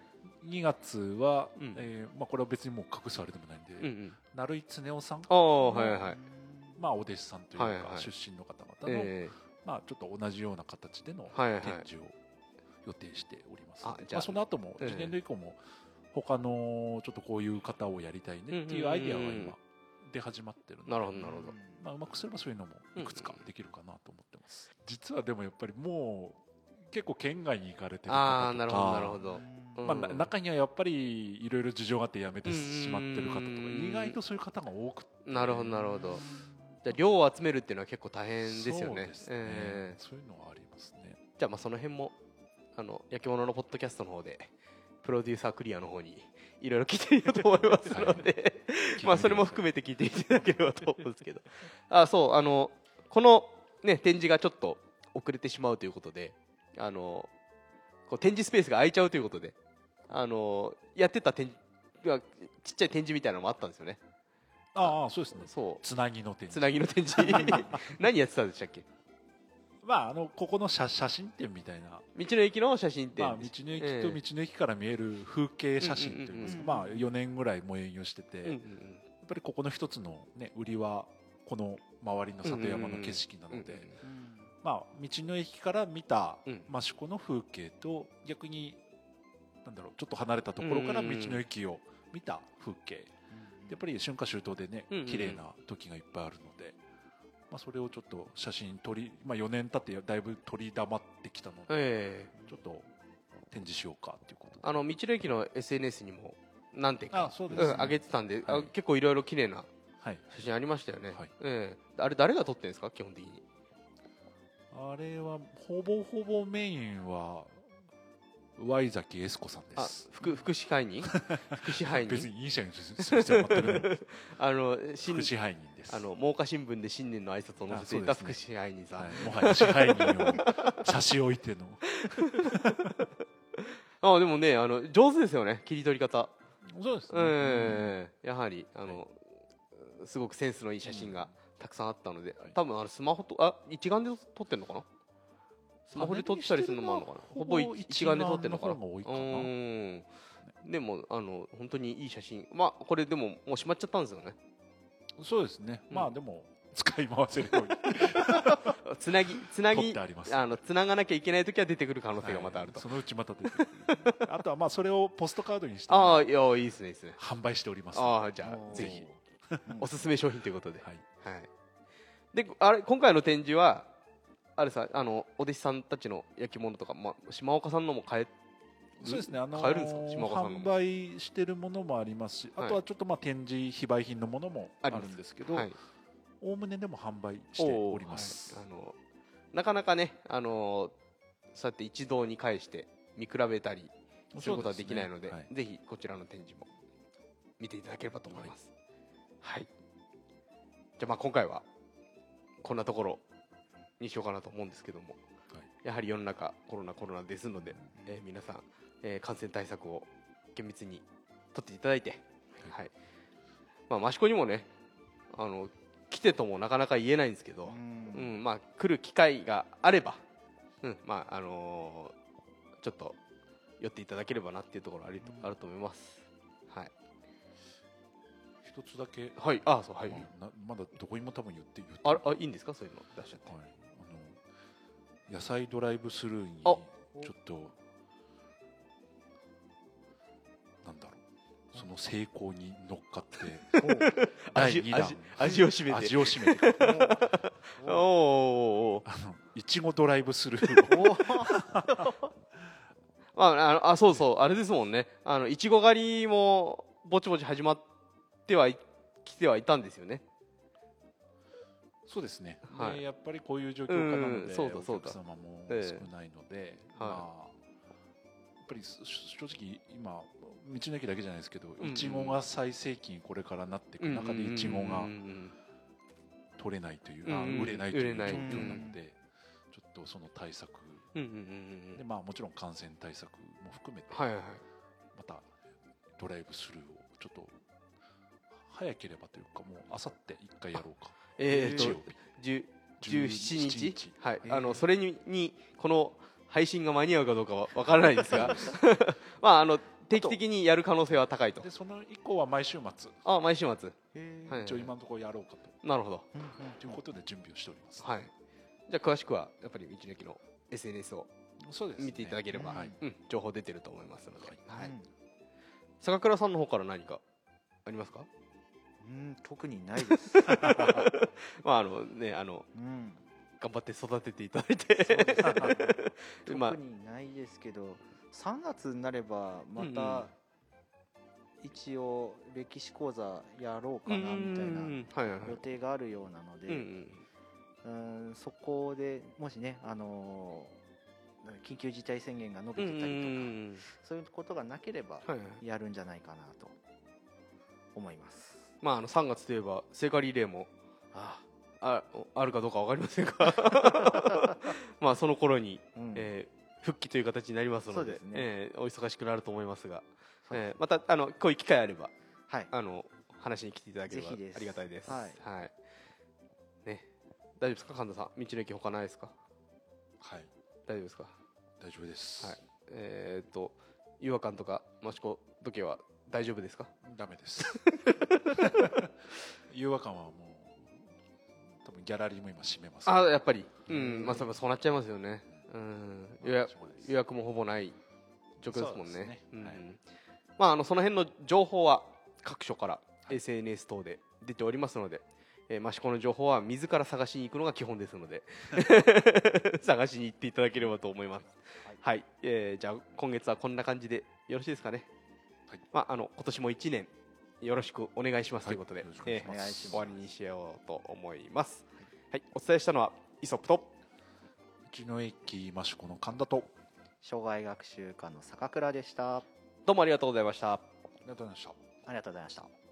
2月は、まあ、これは別にもう隠すあれでもないんで、成井恒夫さんの、まあ、お弟子さんというか、出身の方々の、まあ、ちょっと同じような形での展示を予定しております。まあ、その後も次年度以降も他のちょっとこういう方をやりたいねっていうアイデアは今出始まってるので、 なるほどなるほど、 まあ、うまくすればそういうのもいくつかできるかなと思ってます。実はでもやっぱりもう結構県外に行かれてる方とか、 なるほど、 まあ、中にはやっぱりいろいろ事情があって辞めてしまってる方とか意外とそういう方が多くて、 なるほどなるほど、じゃあ量を集めるっていうのは結構大変ですよね。 そうですね、そういうのはありますね。 じゃあまあその辺も焼き物のポッドキャストの方でプロデューサークリアの方にいろいろ聞いてみようと思いますのでまあそれも含めて聞いていただければと思うんですけど、そうこのね展示がちょっと遅れてしまうということで、こう展示スペースが空いちゃうということで、やってたちっちゃい展示みたいなのもあったんですよね。 そうですね。 そう、 つなぎの展示。 つなぎの展示何やってたんでしたっけ？ まあ、ここの写真展みたいな、 道の駅の写真展、 まあ、道の駅と道の駅から見える風景写真といいますか、まあ、4年ぐらいも営業してて、やっぱりここの一つの、ね、売りはこの周りの里山の景色なので、まあ、道の駅から見た益子の風景と逆になんだろう、ちょっと離れたところから道の駅を見た風景、やっぱり春夏秋冬でね綺麗な時がいっぱいあるので、まあ、それをちょっと写真まあ、4年経ってだいぶ取りだまってきたので、ちょっと展示しようかということで、 道の駅の SNS にも何点か上げてたんで、 はい、 結構いろいろ綺麗な写真ありましたよね。はい、あれ誰が撮ってるんですか基本的に？ あれはほぼメインはY崎エスコさんです。 副支配人副支配人別にいいじゃんする必要は全くない副支配人です。 真岡新聞で新年の挨拶を載せていた副支配人さん、 もはや支配人を差し置いてのでもね上手ですよね、切り取り方。 そうですね、 やはりすごくセンスのいい写真がたくさんあったので、多分スマホと一眼で撮ってんのかな。 スマホで撮ったりするのもあるのかな。ほぼ一眼で撮ってるのかな。でも本当にいい写真。まあこれでももうしまっちゃったんですよね。 そうですね。まあでも使い回せるようにつながなきゃいけない時は出てくる可能性がまたあると。 そのうちまた出てくる。あとはまあそれをポストカードにしていやいいですねいいですね。 販売しております。 じゃあぜひおすすめ商品ということで。はい。で今回の展示はあれさお弟子さんたちの焼き物とか島岡さんのもそうですね。 買えるんですか？島岡さんの販売してるものもありますし、あとはちょっと展示非売品のものもあるんですけど、おおむねでも販売しております。 なかなかねそうやって一堂に会して見比べたりすることはできないので、ぜひこちらの展示も見ていただければと思います。はい。じゃあ今回はこんなところにしようかなと思うんですけども、やはり世の中コロナですので、皆さん、感染対策を厳密に取っていただいて、益子にもね来てともなかなか言えないんですけど、来る機会があれば、ちょっと寄っていただければなっていうところあると思います。はい。 一つだけ、 はい、そう、はい。 まだどこにも多分言っていいんですか、そういうの出しちゃって。 野菜ドライブスルーにちょっとなんだろう、その成功に乗っかって第2弾味を占めていちごドライブスルーそうそう、あれですもんね。いちご狩りもぼちぼち始まってきてはいたんですよね。 そうですね。やっぱりこういう状況下なので、お客様も少ないので、やっぱり正直今道の駅だけじゃないですけど、いちごが最盛期にこれからなっていく中でいちごが取れないという、売れないという状況なので、ちょっとその対策でもちろん感染対策も含めて、またドライブスルーをちょっと早ければというか、もうあさって1回やろうか。 17日、はい、それにこの配信が間に合うかどうかは分からないですが定期的にやる可能性は高いと。 でその以降は毎週末。 毎週末。 一応今のところやろうかと。 なるほど。 ということで準備をしております。 はい。じゃあ詳しくはやっぱり道の駅の SNS を見ていただければ、情報出てると思いますので。坂倉さんの方から何かありますか？ 特にないです。 頑張って育てていただいて特にないですけど、3月になればまた一応歴史講座やろうかなみたいな予定があるようなので、そこでもしね緊急事態宣言が伸びてたりとか、そういうことがなければやるんじゃないかなと思います。 3月といえば聖火リレーもあるかどうか分かりませんがその頃に、復帰という形になりますので、お忙しくなると思いますが、またこういう機会あれば、話に来ていただければありがたいです。大丈夫ですか、神田さん。道の駅他ないですか？ はい、 大丈夫ですか？ 大丈夫です。 違和感とか益子時計は大丈夫ですか？ ダメです違和感はもう多分ギャラリーも今閉めます。 やっぱりそうなっちゃいますよね。予約もほぼない状況ですもんね。その辺の情報は各所から SNS 等で出ておりますので、益子の情報は自ら探しに行くのが基本ですので探しに行っていただければと思います。はい、じゃあ今月はこんな感じでよろしいですかね。今年も1年よろしくお願いしますということで、終わりにしようと思います。お伝えしたのはイソップと道の駅益子の神田と障害学習課の坂倉でした。 どうもありがとうございました。 ありがとうございました。 ありがとうございました。